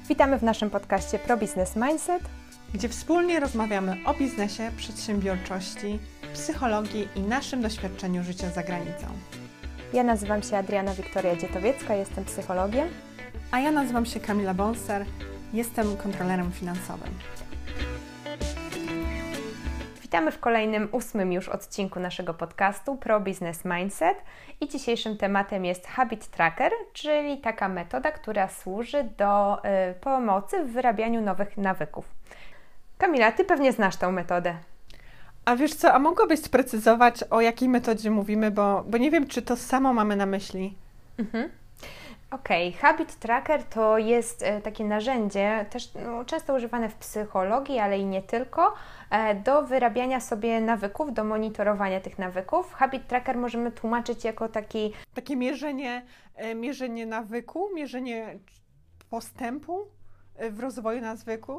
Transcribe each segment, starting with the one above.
Witamy w naszym podcaście Pro Business Mindset, gdzie wspólnie rozmawiamy o biznesie, przedsiębiorczości, psychologii i naszym doświadczeniu życia za granicą. Ja nazywam się Adriana Wiktoria Dzietowiecka, jestem psychologiem. A ja nazywam się Kamila Bonser, jestem kontrolerem finansowym. Witamy w kolejnym, 8. już odcinku naszego podcastu Pro Business Mindset i dzisiejszym tematem jest Habit Tracker, czyli taka metoda, która służy do pomocy w wyrabianiu nowych nawyków. Kamila, Ty pewnie znasz tą metodę. A wiesz co, a mogłabyś sprecyzować, o jakiej metodzie mówimy, bo nie wiem, czy to samo mamy na myśli. Okej, Habit Tracker to jest takie narzędzie, też często używane w psychologii, ale i nie tylko, do wyrabiania sobie nawyków, do monitorowania tych nawyków. Habit Tracker możemy tłumaczyć jako takie mierzenie nawyku, mierzenie postępu w rozwoju nawyku.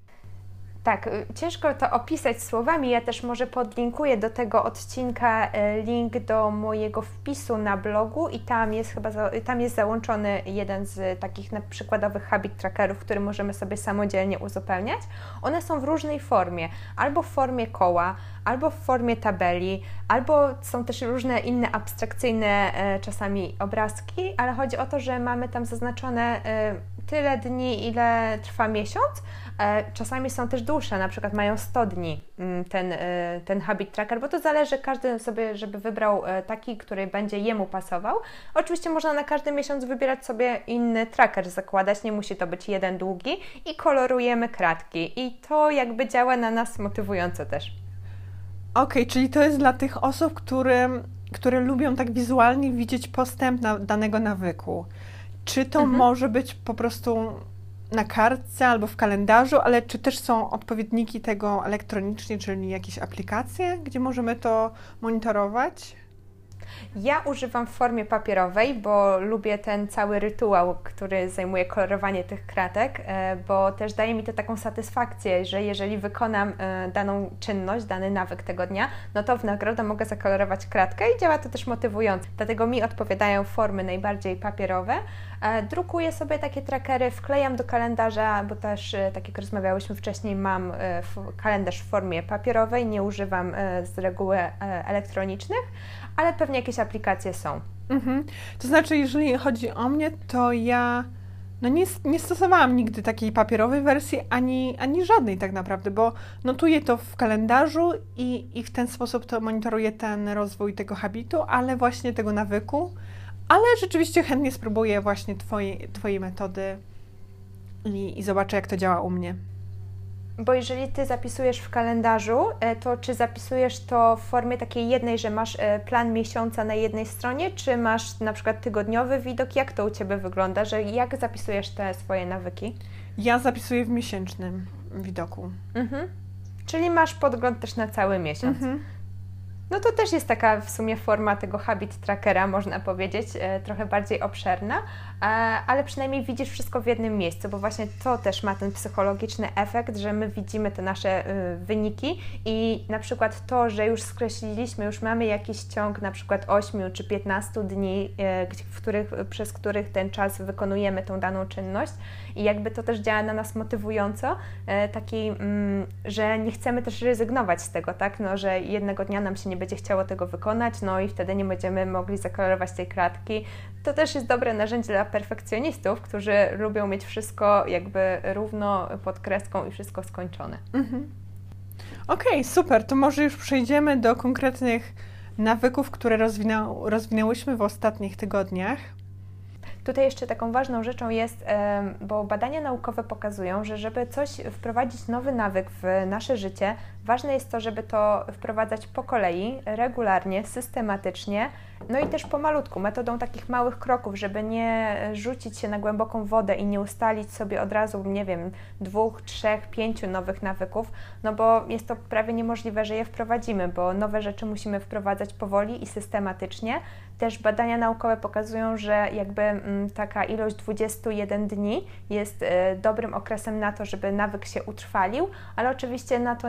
Tak, ciężko to opisać słowami, ja też może podlinkuję do tego odcinka link do mojego wpisu na blogu i tam jest załączony jeden z takich przykładowych habit trackerów, który możemy sobie samodzielnie uzupełniać. One są w różnej formie, albo w formie koła, albo w formie tabeli, albo są też różne inne abstrakcyjne czasami obrazki, ale chodzi o to, że mamy tam zaznaczone tyle dni, ile trwa miesiąc. Czasami są też dłuższe, na przykład mają 100 dni ten habit tracker, bo to zależy, każdy sobie, żeby wybrał taki, który będzie jemu pasował. Oczywiście można na każdy miesiąc wybierać sobie inny tracker, zakładać, nie musi to być jeden długi i kolorujemy kratki i to jakby działa na nas motywująco też. Okej, czyli to jest dla tych osób, które lubią tak wizualnie widzieć postęp danego nawyku. Czy to może być po prostu na kartce albo w kalendarzu, ale czy też są odpowiedniki tego elektronicznie, czyli jakieś aplikacje, gdzie możemy to monitorować? Ja używam w formie papierowej, bo lubię ten cały rytuał, który zajmuje kolorowanie tych kratek, bo też daje mi to taką satysfakcję, że jeżeli wykonam daną czynność, dany nawyk tego dnia, no to w nagrodę mogę zakolorować kratkę i działa to też motywująco. Dlatego mi odpowiadają formy najbardziej papierowe. Drukuję sobie takie trackery, wklejam do kalendarza, bo też, tak jak rozmawiałyśmy wcześniej, mam kalendarz w formie papierowej, nie używam z reguły elektronicznych, ale pewnie jakieś aplikacje są. To znaczy, jeżeli chodzi o mnie, to ja nie stosowałam nigdy takiej papierowej wersji, ani żadnej tak naprawdę, bo notuję to w kalendarzu i w ten sposób to monitoruję ten rozwój tego habitu, ale właśnie tego nawyku. Ale rzeczywiście chętnie spróbuję właśnie Twojej metody i zobaczę, jak to działa u mnie. Bo jeżeli Ty zapisujesz w kalendarzu, to czy zapisujesz to w formie takiej jednej, że masz plan miesiąca na jednej stronie, czy masz na przykład tygodniowy widok? Jak to u Ciebie wygląda, że jak zapisujesz te swoje nawyki? Ja zapisuję w miesięcznym widoku. Czyli masz podgląd też na cały miesiąc. No to też jest taka w sumie forma tego habit trackera, można powiedzieć, trochę bardziej obszerna, ale przynajmniej widzisz wszystko w jednym miejscu, bo właśnie to też ma ten psychologiczny efekt, że my widzimy te nasze wyniki i na przykład to, że już skreśliliśmy, już mamy jakiś ciąg na przykład 8 czy 15 dni, przez których ten czas wykonujemy tą daną czynność i jakby to też działa na nas motywująco, że nie chcemy też rezygnować z tego, tak, no, że jednego dnia nam się nie będzie chciało tego wykonać, no i wtedy nie będziemy mogli zakolorować tej kratki. To też jest dobre narzędzie dla perfekcjonistów, którzy lubią mieć wszystko jakby równo pod kreską i wszystko skończone. Okej, super, to może już przejdziemy do konkretnych nawyków, które rozwinęłyśmy w ostatnich tygodniach. Tutaj jeszcze taką ważną rzeczą jest, bo badania naukowe pokazują, że żeby coś wprowadzić nowy nawyk w nasze życie, ważne jest to, żeby to wprowadzać po kolei, regularnie, systematycznie, no i też pomalutku, metodą takich małych kroków, żeby nie rzucić się na głęboką wodę i nie ustalić sobie od razu, nie wiem, 2, 3, 5 nowych nawyków, no bo jest to prawie niemożliwe, że je wprowadzimy, bo nowe rzeczy musimy wprowadzać powoli i systematycznie. Też badania naukowe pokazują, że jakby taka ilość 21 dni jest dobrym okresem na to, żeby nawyk się utrwalił, ale oczywiście na to nie ma też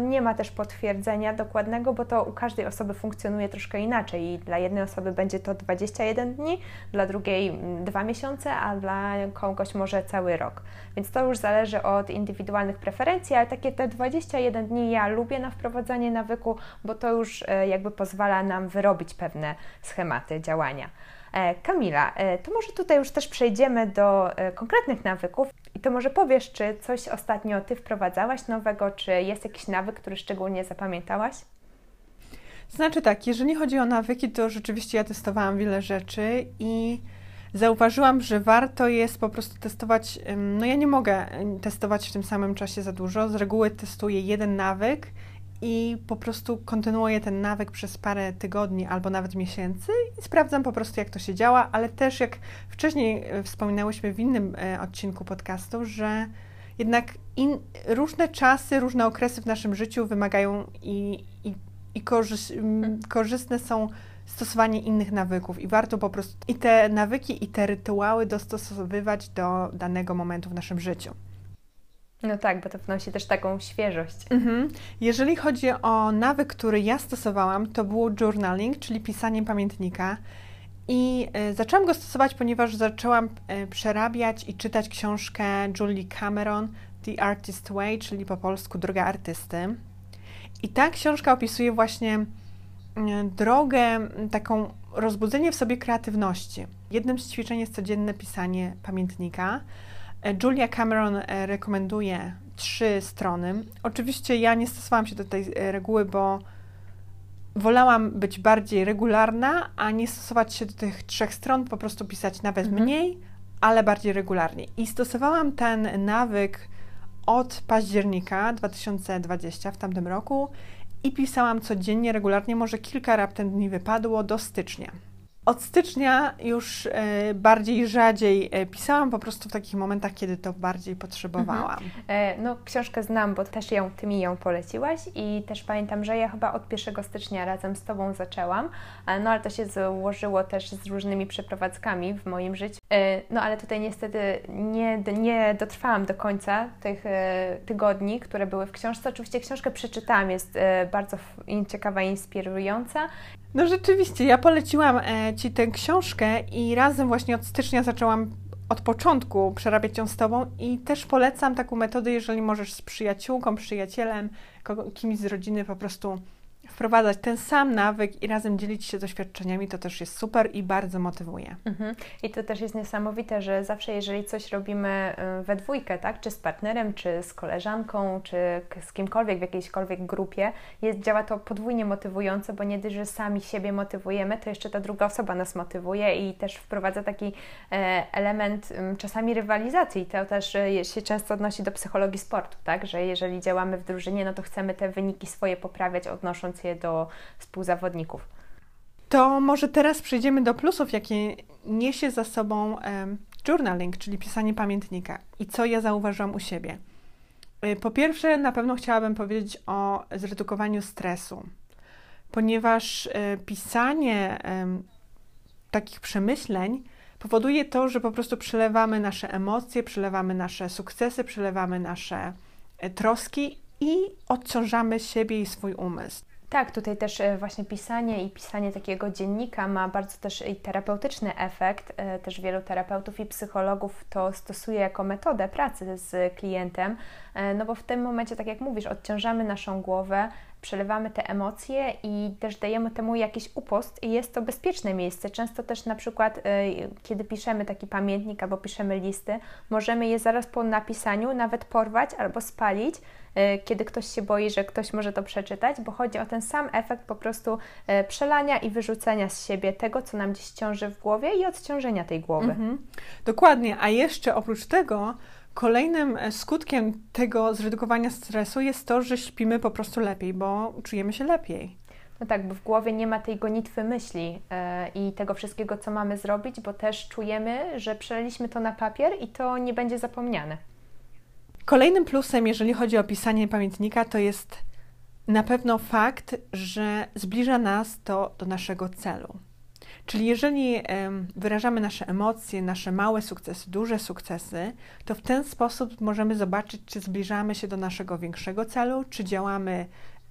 też potwierdzenia dokładnego, bo to u każdej osoby funkcjonuje troszkę inaczej i dla jednej osoby będzie to 21 dni, dla drugiej 2 miesiące, a dla kogoś może cały rok. Więc to już zależy od indywidualnych preferencji, ale takie te 21 dni ja lubię na wprowadzanie nawyku, bo to już jakby pozwala nam wyrobić pewne schematy działania. Kamila, to może tutaj już też przejdziemy do konkretnych nawyków i to może powiesz, czy coś ostatnio Ty wprowadzałaś nowego, czy jest jakiś nawyk, który szczególnie zapamiętałaś? Znaczy tak, jeżeli chodzi o nawyki, to rzeczywiście ja testowałam wiele rzeczy i zauważyłam, że warto jest po prostu testować, no ja nie mogę testować w tym samym czasie za dużo, z reguły testuję jeden nawyk i po prostu kontynuuję ten nawyk przez parę tygodni albo nawet miesięcy i sprawdzam po prostu, jak to się działa, ale też jak wcześniej wspominałyśmy w innym odcinku podcastu, że jednak różne czasy, różne okresy w naszym życiu wymagają i korzystne są stosowanie innych nawyków i warto po prostu i te nawyki, i te rytuały dostosowywać do danego momentu w naszym życiu. No tak, bo to wnosi też taką świeżość. Jeżeli chodzi o nawyk, który ja stosowałam, to było journaling, czyli pisanie pamiętnika. I zaczęłam go stosować, ponieważ zaczęłam przerabiać i czytać książkę Julie Cameron, The Artist Way, czyli po polsku Droga artysty. I ta książka opisuje właśnie drogę, taką rozbudzenie w sobie kreatywności. Jednym z ćwiczeń jest codzienne pisanie pamiętnika. Julia Cameron rekomenduje 3 strony. Oczywiście ja nie stosowałam się do tej reguły, bo wolałam być bardziej regularna, a nie stosować się do tych 3 stron, po prostu pisać nawet mniej, ale bardziej regularnie. I stosowałam ten nawyk od października 2020 w tamtym roku i pisałam codziennie, regularnie, może kilka raptem dni wypadło do stycznia. Od stycznia już rzadziej pisałam, po prostu w takich momentach, kiedy to bardziej potrzebowałam. No, książkę znam, bo też Ty mi ją poleciłaś i też pamiętam, że ja chyba od 1 stycznia razem z Tobą zaczęłam, no ale to się złożyło też z różnymi przeprowadzkami w moim życiu. No ale tutaj niestety nie dotrwałam do końca tych tygodni, które były w książce. Oczywiście książkę przeczytałam, jest bardzo ciekawa i inspirująca. No rzeczywiście, ja poleciłam Ci tę książkę i razem właśnie od stycznia zaczęłam od początku przerabiać ją z Tobą i też polecam taką metodę, jeżeli możesz z przyjaciółką, przyjacielem, kimś z rodziny po prostu wprowadzać ten sam nawyk i razem dzielić się doświadczeniami, to też jest super i bardzo motywuje. I to też jest niesamowite, że zawsze jeżeli coś robimy we dwójkę, tak, czy z partnerem, czy z koleżanką, czy z kimkolwiek w jakiejśkolwiek grupie, działa to podwójnie motywująco, bo nie dość, że sami siebie motywujemy, to jeszcze ta druga osoba nas motywuje i też wprowadza taki element czasami rywalizacji. To też się często odnosi do psychologii sportu, tak, że jeżeli działamy w drużynie, no to chcemy te wyniki swoje poprawiać, odnosząc je do współzawodników. To może teraz przejdziemy do plusów, jakie niesie za sobą journaling, czyli pisanie pamiętnika. I co ja zauważyłam u siebie? Po pierwsze, na pewno chciałabym powiedzieć o zredukowaniu stresu, ponieważ pisanie takich przemyśleń powoduje to, że po prostu przelewamy nasze emocje, przelewamy nasze sukcesy, przelewamy nasze troski i odciążamy siebie i swój umysł. Tak, tutaj też właśnie pisanie takiego dziennika ma bardzo też i terapeutyczny efekt. Też wielu terapeutów i psychologów to stosuje jako metodę pracy z klientem, no bo w tym momencie, tak jak mówisz, odciążamy naszą głowę, przelewamy te emocje i też dajemy temu jakiś upost i jest to bezpieczne miejsce. Często też na przykład, kiedy piszemy taki pamiętnik albo piszemy listy, możemy je zaraz po napisaniu nawet porwać albo spalić, kiedy ktoś się boi, że ktoś może to przeczytać, bo chodzi o ten sam efekt po prostu przelania i wyrzucenia z siebie tego, co nam gdzieś ciąży w głowie i odciążenia tej głowy. Dokładnie, a jeszcze oprócz tego kolejnym skutkiem tego zredukowania stresu jest to, że śpimy po prostu lepiej, bo czujemy się lepiej. No tak, bo w głowie nie ma tej gonitwy myśli i tego wszystkiego, co mamy zrobić, bo też czujemy, że przeleliśmy to na papier i to nie będzie zapomniane. Kolejnym plusem, jeżeli chodzi o pisanie pamiętnika, to jest na pewno fakt, że zbliża nas to do naszego celu. Czyli jeżeli wyrażamy nasze emocje, nasze małe sukcesy, duże sukcesy, to w ten sposób możemy zobaczyć, czy zbliżamy się do naszego większego celu, czy działamy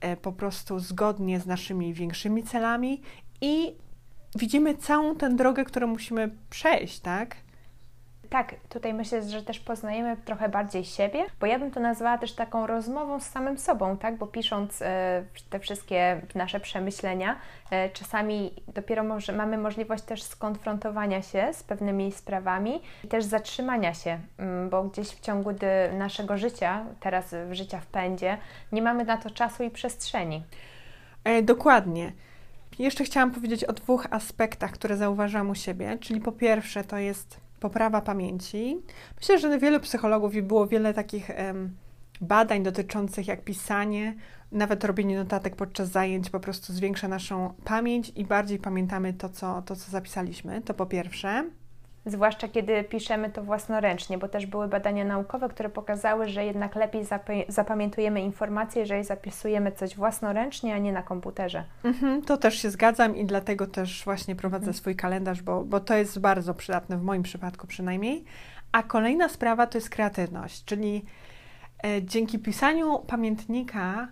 po prostu zgodnie z naszymi większymi celami i widzimy całą tę drogę, którą musimy przejść, tak? Tak, tutaj myślę, że też poznajemy trochę bardziej siebie, bo ja bym to nazwała też taką rozmową z samym sobą, tak? Bo pisząc te wszystkie nasze przemyślenia, czasami dopiero mamy możliwość też skonfrontowania się z pewnymi sprawami i też zatrzymania się, bo gdzieś w ciągu naszego życia, teraz życia w pędzie, nie mamy na to czasu i przestrzeni. Dokładnie. Jeszcze chciałam powiedzieć o 2 aspektach, które zauważyłam u siebie, czyli po pierwsze to jest poprawa pamięci. Myślę, że wielu psychologów i było wiele takich badań dotyczących jak pisanie, nawet robienie notatek podczas zajęć po prostu zwiększa naszą pamięć i bardziej pamiętamy to, co zapisaliśmy. To po pierwsze. Zwłaszcza kiedy piszemy to własnoręcznie, bo też były badania naukowe, które pokazały, że jednak lepiej zapamiętujemy informacje, jeżeli zapisujemy coś własnoręcznie, a nie na komputerze. To też się zgadzam i dlatego też właśnie prowadzę swój kalendarz, bo to jest bardzo przydatne, w moim przypadku przynajmniej. A kolejna sprawa to jest kreatywność, czyli dzięki pisaniu pamiętnika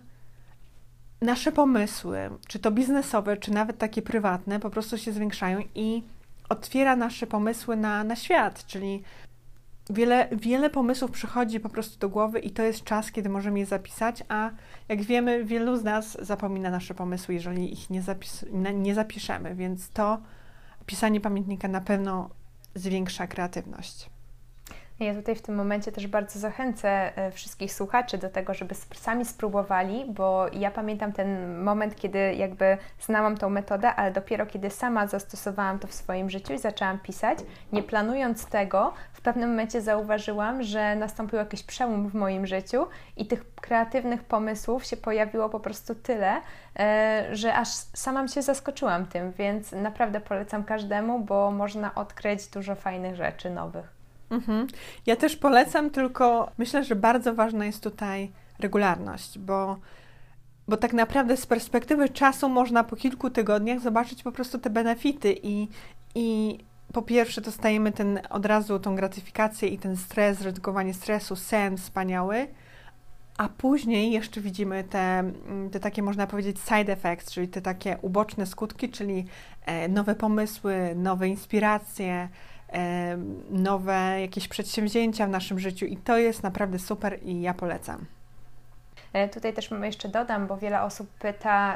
nasze pomysły, czy to biznesowe, czy nawet takie prywatne, po prostu się zwiększają i otwiera nasze pomysły na świat, czyli wiele pomysłów przychodzi po prostu do głowy i to jest czas, kiedy możemy je zapisać, a jak wiemy, wielu z nas zapomina nasze pomysły, jeżeli ich nie zapiszemy, więc to pisanie pamiętnika na pewno zwiększa kreatywność. Ja tutaj w tym momencie też bardzo zachęcę wszystkich słuchaczy do tego, żeby sami spróbowali, bo ja pamiętam ten moment, kiedy jakby znałam tą metodę, ale dopiero kiedy sama zastosowałam to w swoim życiu i zaczęłam pisać, nie planując tego, w pewnym momencie zauważyłam, że nastąpił jakiś przełom w moim życiu i tych kreatywnych pomysłów się pojawiło po prostu tyle, że aż sama się zaskoczyłam tym, więc naprawdę polecam każdemu, bo można odkryć dużo fajnych rzeczy nowych. Ja też polecam, tylko myślę, że bardzo ważna jest tutaj regularność, bo tak naprawdę z perspektywy czasu można po kilku tygodniach zobaczyć po prostu te benefity i po pierwsze dostajemy od razu tą gratyfikację i ten stres, zredukowanie stresu, sen wspaniały, a później jeszcze widzimy te takie, można powiedzieć, side effects, czyli te takie uboczne skutki, czyli nowe pomysły, nowe inspiracje, nowe jakieś przedsięwzięcia w naszym życiu i to jest naprawdę super i ja polecam. Tutaj też jeszcze dodam, bo wiele osób pyta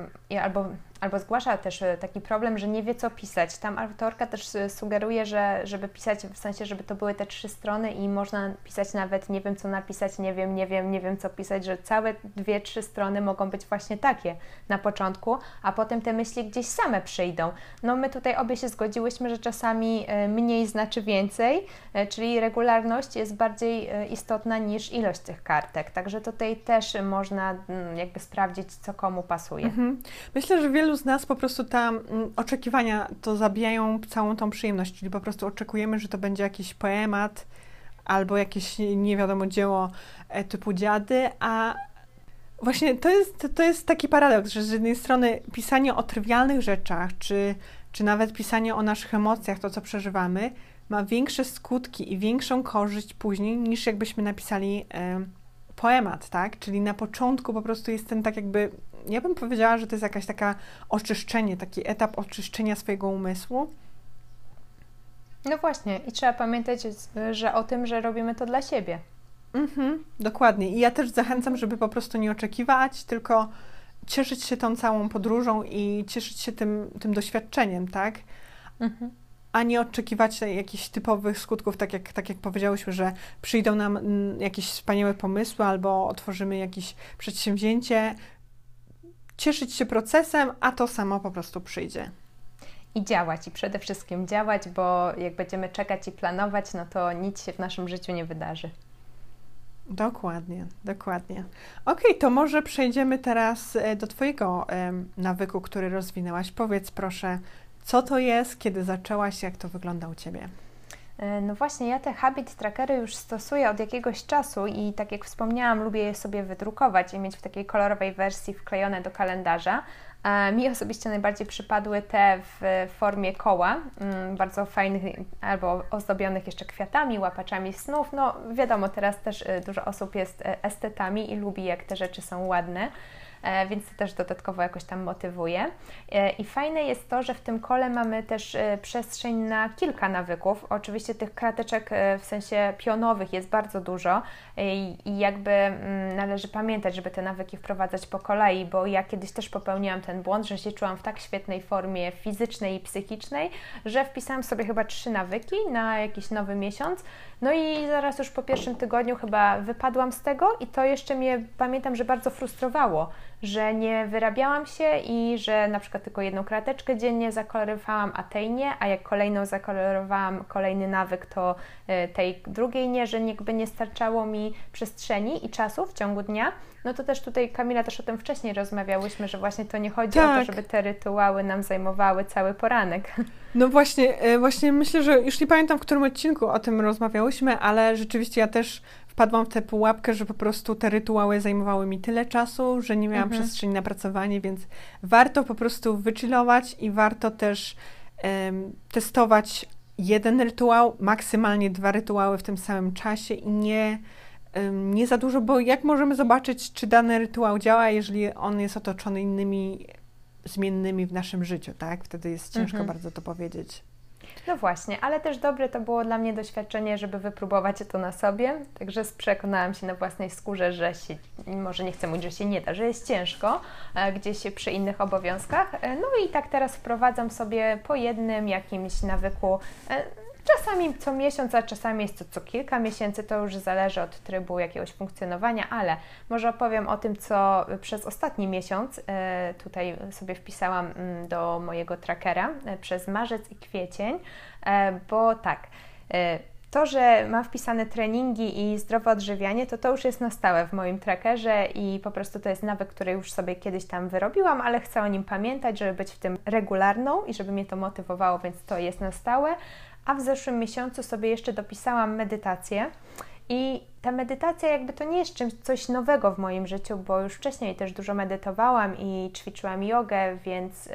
albo zgłasza też taki problem, że nie wie, co pisać. Tam autorka też sugeruje, żeby pisać, w sensie, żeby to były te 3 strony i można pisać nawet nie wiem, co napisać, nie wiem, co pisać, że całe 2-3 strony mogą być właśnie takie na początku, a potem te myśli gdzieś same przyjdą. No my tutaj obie się zgodziłyśmy, że czasami mniej znaczy więcej, czyli regularność jest bardziej istotna niż ilość tych kartek. Także tutaj też można jakby sprawdzić, co komu pasuje. Myślę, że wielu z nas po prostu oczekiwania to zabijają całą tą przyjemność, czyli po prostu oczekujemy, że to będzie jakiś poemat albo jakieś nie wiadomo dzieło typu dziady, a właśnie to jest taki paradoks, że z jednej strony pisanie o trywialnych rzeczach, czy nawet pisanie o naszych emocjach, to co przeżywamy, ma większe skutki i większą korzyść później, niż jakbyśmy napisali poemat, tak? Czyli na początku po prostu jest ten tak jakby, ja bym powiedziała, że to jest jakaś taka oczyszczenie, taki etap oczyszczenia swojego umysłu. No właśnie i trzeba pamiętać, że o tym, że robimy to dla siebie. Dokładnie i ja też zachęcam, żeby po prostu nie oczekiwać, tylko cieszyć się tą całą podróżą i cieszyć się tym doświadczeniem, tak? A nie oczekiwać jakichś typowych skutków, tak jak powiedziałyśmy, że przyjdą nam jakieś wspaniałe pomysły albo otworzymy jakieś przedsięwzięcie. Cieszyć się procesem, a to samo po prostu przyjdzie. I działać, i przede wszystkim działać, bo jak będziemy czekać i planować, no to nic się w naszym życiu nie wydarzy. Dokładnie. Okej, to może przejdziemy teraz do Twojego nawyku, który rozwinęłaś. Powiedz proszę, co to jest, kiedy zaczęłaś, jak to wygląda u Ciebie? No właśnie, ja te habit trackery już stosuję od jakiegoś czasu i tak jak wspomniałam, lubię je sobie wydrukować i mieć w takiej kolorowej wersji wklejone do kalendarza. Mi osobiście najbardziej przypadły te w formie koła, bardzo fajnych albo ozdobionych jeszcze kwiatami, łapaczami snów. No wiadomo, teraz też dużo osób jest estetami i lubi, jak te rzeczy są ładne. więc to też dodatkowo jakoś tam motywuje. I fajne jest to, że w tym kole mamy też przestrzeń na kilka nawyków. Oczywiście tych krateczek w sensie pionowych jest bardzo dużo i jakby należy pamiętać, żeby te nawyki wprowadzać po kolei, bo ja kiedyś też popełniłam ten błąd, że się czułam w tak świetnej formie fizycznej i psychicznej, że wpisałam sobie chyba 3 nawyki na jakiś nowy miesiąc, no i zaraz już po pierwszym tygodniu chyba wypadłam z tego i to jeszcze mnie, pamiętam, że bardzo frustrowało, że nie wyrabiałam się i że na przykład tylko jedną krateczkę dziennie zakolorowałam, a tej nie, a jak kolejną zakolorowałam kolejny nawyk, to tej drugiej nie, że jakby nie starczało mi przestrzeni i czasu w ciągu dnia. No to też tutaj, Kamila, też o tym wcześniej rozmawiałyśmy, że właśnie to nie chodzi o to, żeby te rytuały nam zajmowały cały poranek. No właśnie myślę, że już nie pamiętam, w którym odcinku o tym rozmawiałyśmy, ale rzeczywiście ja też wpadłam w tę pułapkę, że po prostu te rytuały zajmowały mi tyle czasu, że nie miałam przestrzeni na pracowanie, więc warto po prostu wychillować i warto też testować jeden rytuał, maksymalnie 2 rytuały w tym samym czasie i nie za dużo, bo jak możemy zobaczyć, czy dany rytuał działa, jeżeli on jest otoczony innymi zmiennymi w naszym życiu, tak? Wtedy jest ciężko bardzo to powiedzieć. No właśnie, ale też dobre to było dla mnie doświadczenie, żeby wypróbować to na sobie, także przekonałam się na własnej skórze, że się, może nie chcę mówić, że się nie da, że jest ciężko gdzieś przy innych obowiązkach, no i tak teraz wprowadzam sobie po jednym jakimś nawyku, czasami co miesiąc, a czasami jest to co kilka miesięcy, to już zależy od trybu jakiegoś funkcjonowania, ale może opowiem o tym, co przez ostatni miesiąc tutaj sobie wpisałam do mojego trackera przez marzec i kwiecień, bo tak, to, że mam wpisane treningi i zdrowe odżywianie, to już jest na stałe w moim trackerze i po prostu to jest nawyk, który już sobie kiedyś tam wyrobiłam, ale chcę o nim pamiętać, żeby być w tym regularną i żeby mnie to motywowało, więc to jest na stałe. A w zeszłym miesiącu sobie jeszcze dopisałam medytację i ta medytacja jakby to nie jest coś nowego w moim życiu, bo już wcześniej też dużo medytowałam i ćwiczyłam jogę, więc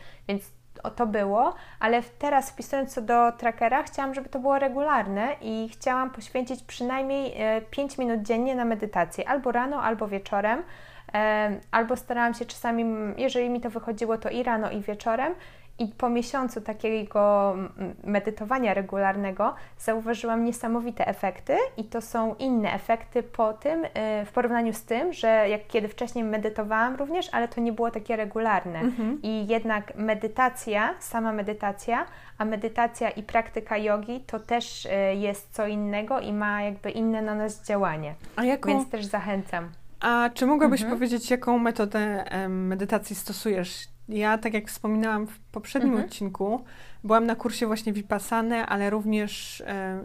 to było, ale teraz wpisując to do trackera chciałam, żeby to było regularne i chciałam poświęcić przynajmniej 5 minut dziennie na medytację, albo rano, albo wieczorem, albo starałam się czasami, jeżeli mi to wychodziło, to i rano, i wieczorem. I po miesiącu takiego medytowania regularnego zauważyłam niesamowite efekty i to są inne efekty po tym, w porównaniu z tym, że jak kiedy wcześniej medytowałam również, ale to nie było takie regularne. I jednak sama medytacja, a medytacja i praktyka jogi to też jest co innego i ma jakby inne na nas działanie. Więc też zachęcam. A czy mogłabyś powiedzieć, jaką metodę medytacji stosujesz? Ja, tak jak wspominałam w poprzednim odcinku, byłam na kursie właśnie Vipassany, ale również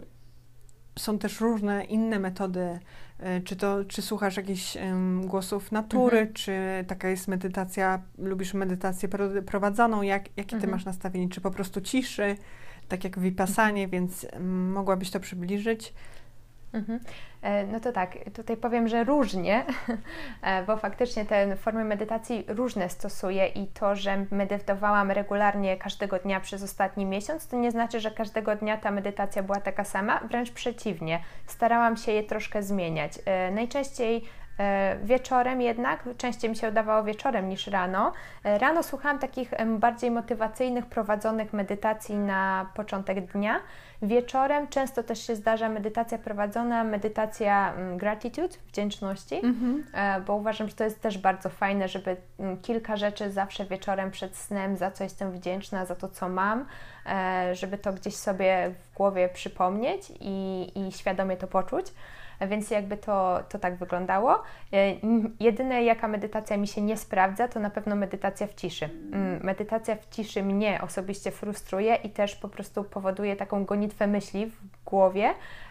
są też różne inne metody. Czy słuchasz jakichś głosów natury, czy taka jest medytacja, lubisz medytację prowadzoną? Jakie ty masz nastawienie? Czy po prostu ciszy, tak jak w Vipassanie, więc mogłabyś to przybliżyć? No to tak, tutaj powiem, że różnie, bo faktycznie te formy medytacji różne stosuję i to, że medytowałam regularnie każdego dnia przez ostatni miesiąc, to nie znaczy, że każdego dnia ta medytacja była taka sama, wręcz przeciwnie, starałam się je troszkę zmieniać. Najczęściej wieczorem jednak, częściej mi się udawało wieczorem niż rano. Rano słuchałam takich bardziej motywacyjnych, prowadzonych medytacji na początek dnia. Wieczorem często też się zdarza medytacja prowadzona, medytacja gratitude, wdzięczności, bo uważam, że to jest też bardzo fajne, żeby kilka rzeczy zawsze wieczorem przed snem, za co jestem wdzięczna, za to, co mam, żeby to gdzieś sobie w głowie przypomnieć i świadomie to poczuć. Więc jakby to tak wyglądało. Jedyne, jaka medytacja mi się nie sprawdza, to na pewno medytacja w ciszy. Medytacja w ciszy mnie osobiście frustruje i też po prostu powoduje taką gonitwę myśli w głowie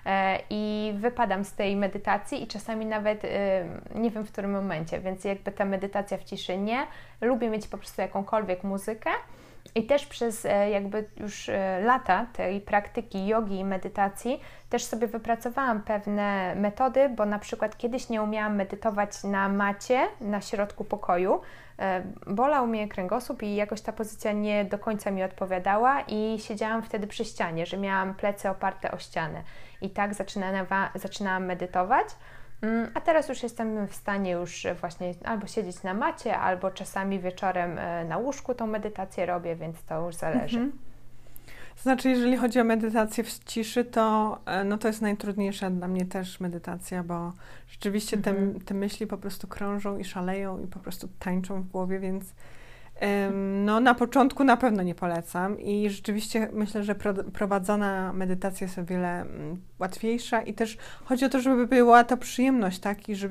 i wypadam z tej medytacji i czasami nawet nie wiem w którym momencie, więc jakby ta medytacja w ciszy nie. Lubię mieć po prostu jakąkolwiek muzykę. I też przez jakby już lata tej praktyki jogi i medytacji też sobie wypracowałam pewne metody, bo na przykład kiedyś nie umiałam medytować na macie na środku pokoju. Bolał mnie kręgosłup i jakoś ta pozycja nie do końca mi odpowiadała i siedziałam wtedy przy ścianie, że miałam plecy oparte o ścianę. I tak zaczynałam medytować. A teraz już jestem w stanie już właśnie albo siedzieć na macie, albo czasami wieczorem na łóżku tą medytację robię, więc to już zależy. Znaczy, jeżeli chodzi o medytację w ciszy, to, no to jest najtrudniejsza dla mnie też medytacja, bo rzeczywiście te myśli po prostu krążą i szaleją i po prostu tańczą w głowie, więc no na początku na pewno nie polecam i rzeczywiście myślę, że prowadzona medytacja jest o wiele łatwiejsza i też chodzi o to, żeby była to przyjemność, tak? I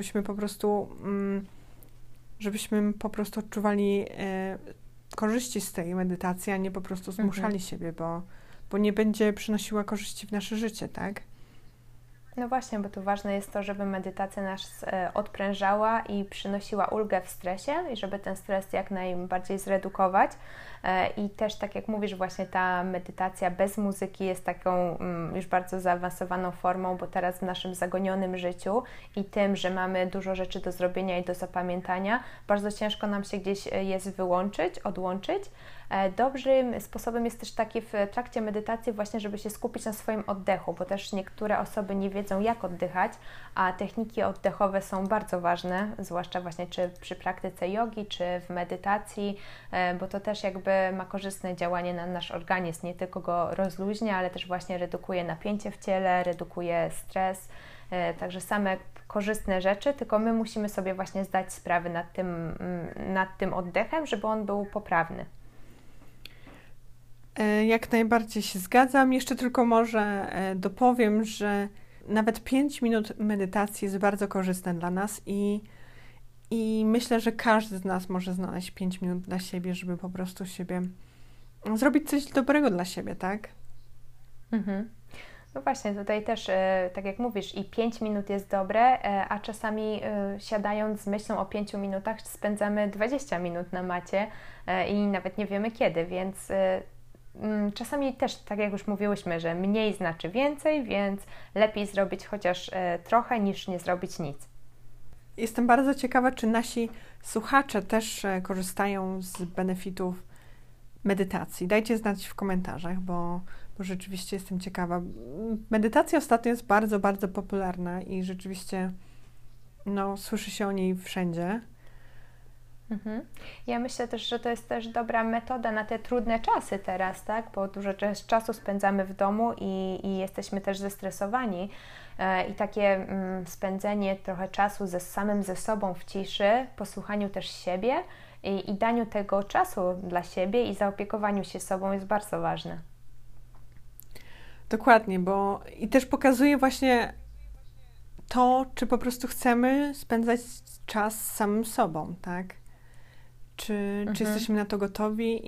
żebyśmy po prostu odczuwali korzyści z tej medytacji, a nie po prostu zmuszali siebie, bo nie będzie przynosiła korzyści w nasze życie, tak? No właśnie, bo tu ważne jest to, żeby medytacja nas odprężała i przynosiła ulgę w stresie i żeby ten stres jak najbardziej zredukować. I też tak jak mówisz, właśnie ta medytacja bez muzyki jest taką już bardzo zaawansowaną formą, bo teraz w naszym zagonionym życiu i tym, że mamy dużo rzeczy do zrobienia i do zapamiętania, bardzo ciężko nam się gdzieś jest wyłączyć, odłączyć. Dobrym sposobem jest też taki w trakcie medytacji właśnie, żeby się skupić na swoim oddechu, bo też niektóre osoby nie wiedzą, jak oddychać, a techniki oddechowe są bardzo ważne, zwłaszcza właśnie czy przy praktyce jogi, czy w medytacji, bo to też jakby ma korzystne działanie na nasz organizm, nie tylko go rozluźnia, ale też właśnie redukuje napięcie w ciele, redukuje stres, także same korzystne rzeczy, tylko my musimy sobie właśnie zdać sprawę nad tym oddechem, żeby on był poprawny. Jak najbardziej się zgadzam. Jeszcze tylko może dopowiem, że nawet 5 minut medytacji jest bardzo korzystne dla nas i myślę, że każdy z nas może znaleźć 5 minut dla siebie, żeby po prostu zrobić coś dobrego dla siebie, tak? No właśnie, tutaj też, tak jak mówisz, i 5 minut jest dobre, a czasami siadając z myślą o 5 minutach spędzamy 20 minut na macie i nawet nie wiemy kiedy, więc czasami też, tak jak już mówiłyśmy, że mniej znaczy więcej, więc lepiej zrobić chociaż trochę, niż nie zrobić nic. Jestem bardzo ciekawa, czy nasi słuchacze też korzystają z benefitów medytacji. Dajcie znać w komentarzach, bo rzeczywiście jestem ciekawa. Medytacja ostatnio jest bardzo, bardzo popularna i rzeczywiście słyszy się o niej wszędzie. Ja myślę też, że to jest też dobra metoda na te trudne czasy teraz, tak? Bo dużo czasu spędzamy w domu i jesteśmy też zestresowani i takie spędzenie trochę czasu ze sobą w ciszy, posłuchaniu też siebie i daniu tego czasu dla siebie i zaopiekowaniu się sobą jest bardzo ważne. Dokładnie, bo i też pokazuje właśnie to, czy po prostu chcemy spędzać czas z samym sobą, tak? Czy jesteśmy na to gotowi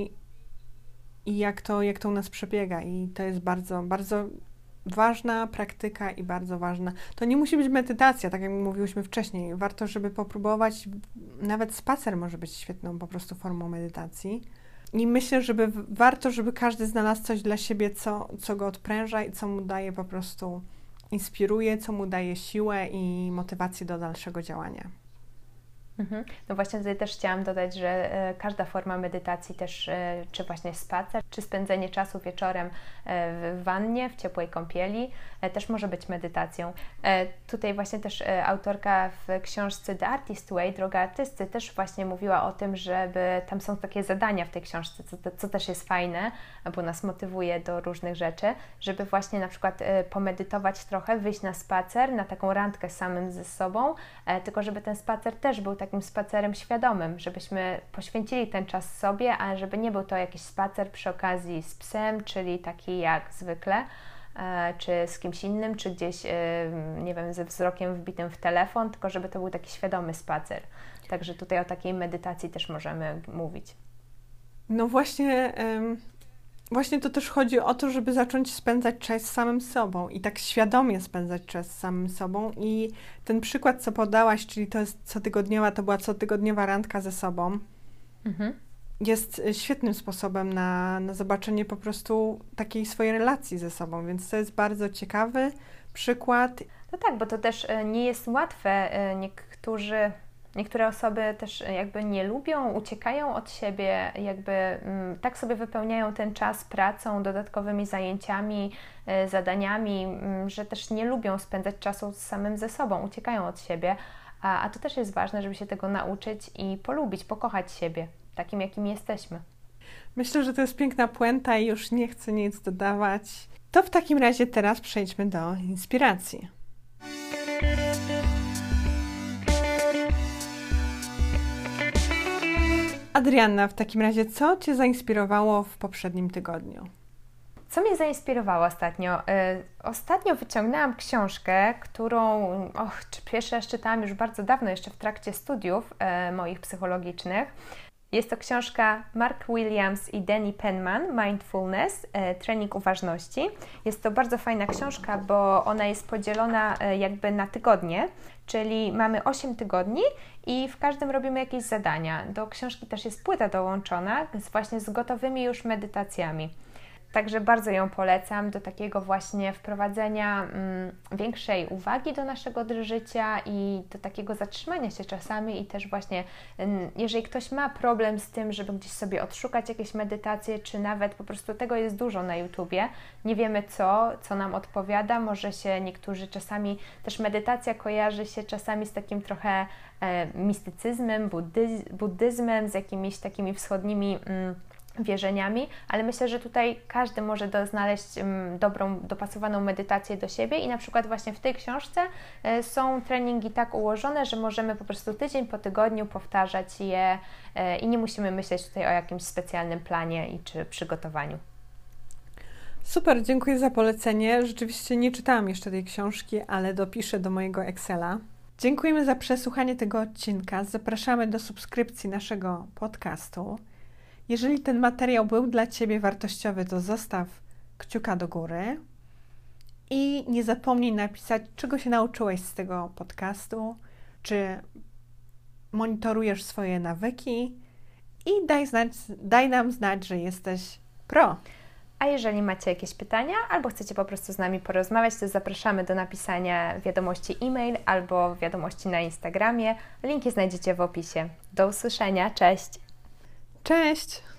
i jak to u nas przebiega. I to jest bardzo, bardzo ważna praktyka i bardzo ważna. To nie musi być medytacja, tak jak mówiłyśmy wcześniej. Warto, żeby popróbować, nawet spacer może być świetną po prostu formą medytacji. I myślę, warto, żeby każdy znalazł coś dla siebie, co go odpręża i co mu daje po prostu, inspiruje, co mu daje siłę i motywację do dalszego działania. No właśnie tutaj też chciałam dodać, że każda forma medytacji też, czy właśnie spacer, czy spędzenie czasu wieczorem w wannie, w ciepłej kąpieli, też może być medytacją. Tutaj właśnie też autorka w książce The Artist Way, Droga Artysty, też właśnie mówiła o tym, żeby tam są takie zadania w tej książce, co też jest fajne, bo nas motywuje do różnych rzeczy, żeby właśnie na przykład pomedytować trochę, wyjść na spacer, na taką randkę samym ze sobą, tylko żeby ten spacer też był takim spacerem świadomym, żebyśmy poświęcili ten czas sobie, ale żeby nie był to jakiś spacer przy okazji z psem, czyli taki jak zwykle, czy z kimś innym, czy gdzieś, nie wiem, ze wzrokiem wbitym w telefon, tylko żeby to był taki świadomy spacer. Także tutaj o takiej medytacji też możemy mówić. No właśnie, właśnie to też chodzi o to, żeby zacząć spędzać czas z samym sobą i tak świadomie spędzać czas z samym sobą. I ten przykład, co podałaś, czyli to była cotygodniowa randka ze sobą, jest świetnym sposobem na zobaczenie po prostu takiej swojej relacji ze sobą, więc to jest bardzo ciekawy przykład. No tak, bo to też nie jest łatwe. Niektórzy Niektóre osoby też jakby nie lubią, uciekają od siebie, jakby tak sobie wypełniają ten czas pracą, dodatkowymi zajęciami, zadaniami, że też nie lubią spędzać czasu samym ze sobą, uciekają od siebie, a to też jest ważne, żeby się tego nauczyć i polubić, pokochać siebie, takim jakim jesteśmy. Myślę, że to jest piękna puenta i już nie chcę nic dodawać. To w takim razie teraz przejdźmy do inspiracji. Adrianna, w takim razie co Cię zainspirowało w poprzednim tygodniu? Co mnie zainspirowało ostatnio? Ostatnio wyciągnęłam książkę, którą pierwszy raz czytałam już bardzo dawno, jeszcze w trakcie studiów moich psychologicznych. Jest to książka Mark Williams i Danny Penman, Mindfulness, trening uważności. Jest to bardzo fajna książka, bo ona jest podzielona jakby na tygodnie, czyli mamy 8 tygodni i w każdym robimy jakieś zadania. Do książki też jest płyta dołączona właśnie z gotowymi już medytacjami. Także bardzo ją polecam do takiego właśnie wprowadzenia większej uwagi do naszego życia i do takiego zatrzymania się czasami i też właśnie, jeżeli ktoś ma problem z tym, żeby gdzieś sobie odszukać jakieś medytacje, czy nawet po prostu tego jest dużo na YouTubie, nie wiemy co nam odpowiada, może się niektórzy czasami, też medytacja kojarzy się czasami z takim trochę mistycyzmem, buddyzmem, z jakimiś takimi wschodnimi wierzeniami, ale myślę, że tutaj każdy może znaleźć dobrą, dopasowaną medytację do siebie i na przykład właśnie w tej książce są treningi tak ułożone, że możemy po prostu tydzień po tygodniu powtarzać je i nie musimy myśleć tutaj o jakimś specjalnym planie czy przygotowaniu. Super, dziękuję za polecenie. Rzeczywiście nie czytałam jeszcze tej książki, ale dopiszę do mojego Excela. Dziękujemy za przesłuchanie tego odcinka. Zapraszamy do subskrypcji naszego podcastu. Jeżeli ten materiał był dla Ciebie wartościowy, to zostaw kciuka do góry i nie zapomnij napisać, czego się nauczyłeś z tego podcastu, czy monitorujesz swoje nawyki i daj nam znać, że jesteś pro. A jeżeli macie jakieś pytania albo chcecie po prostu z nami porozmawiać, to zapraszamy do napisania wiadomości e-mail albo wiadomości na Instagramie. Linki znajdziecie w opisie. Do usłyszenia, cześć! Cześć!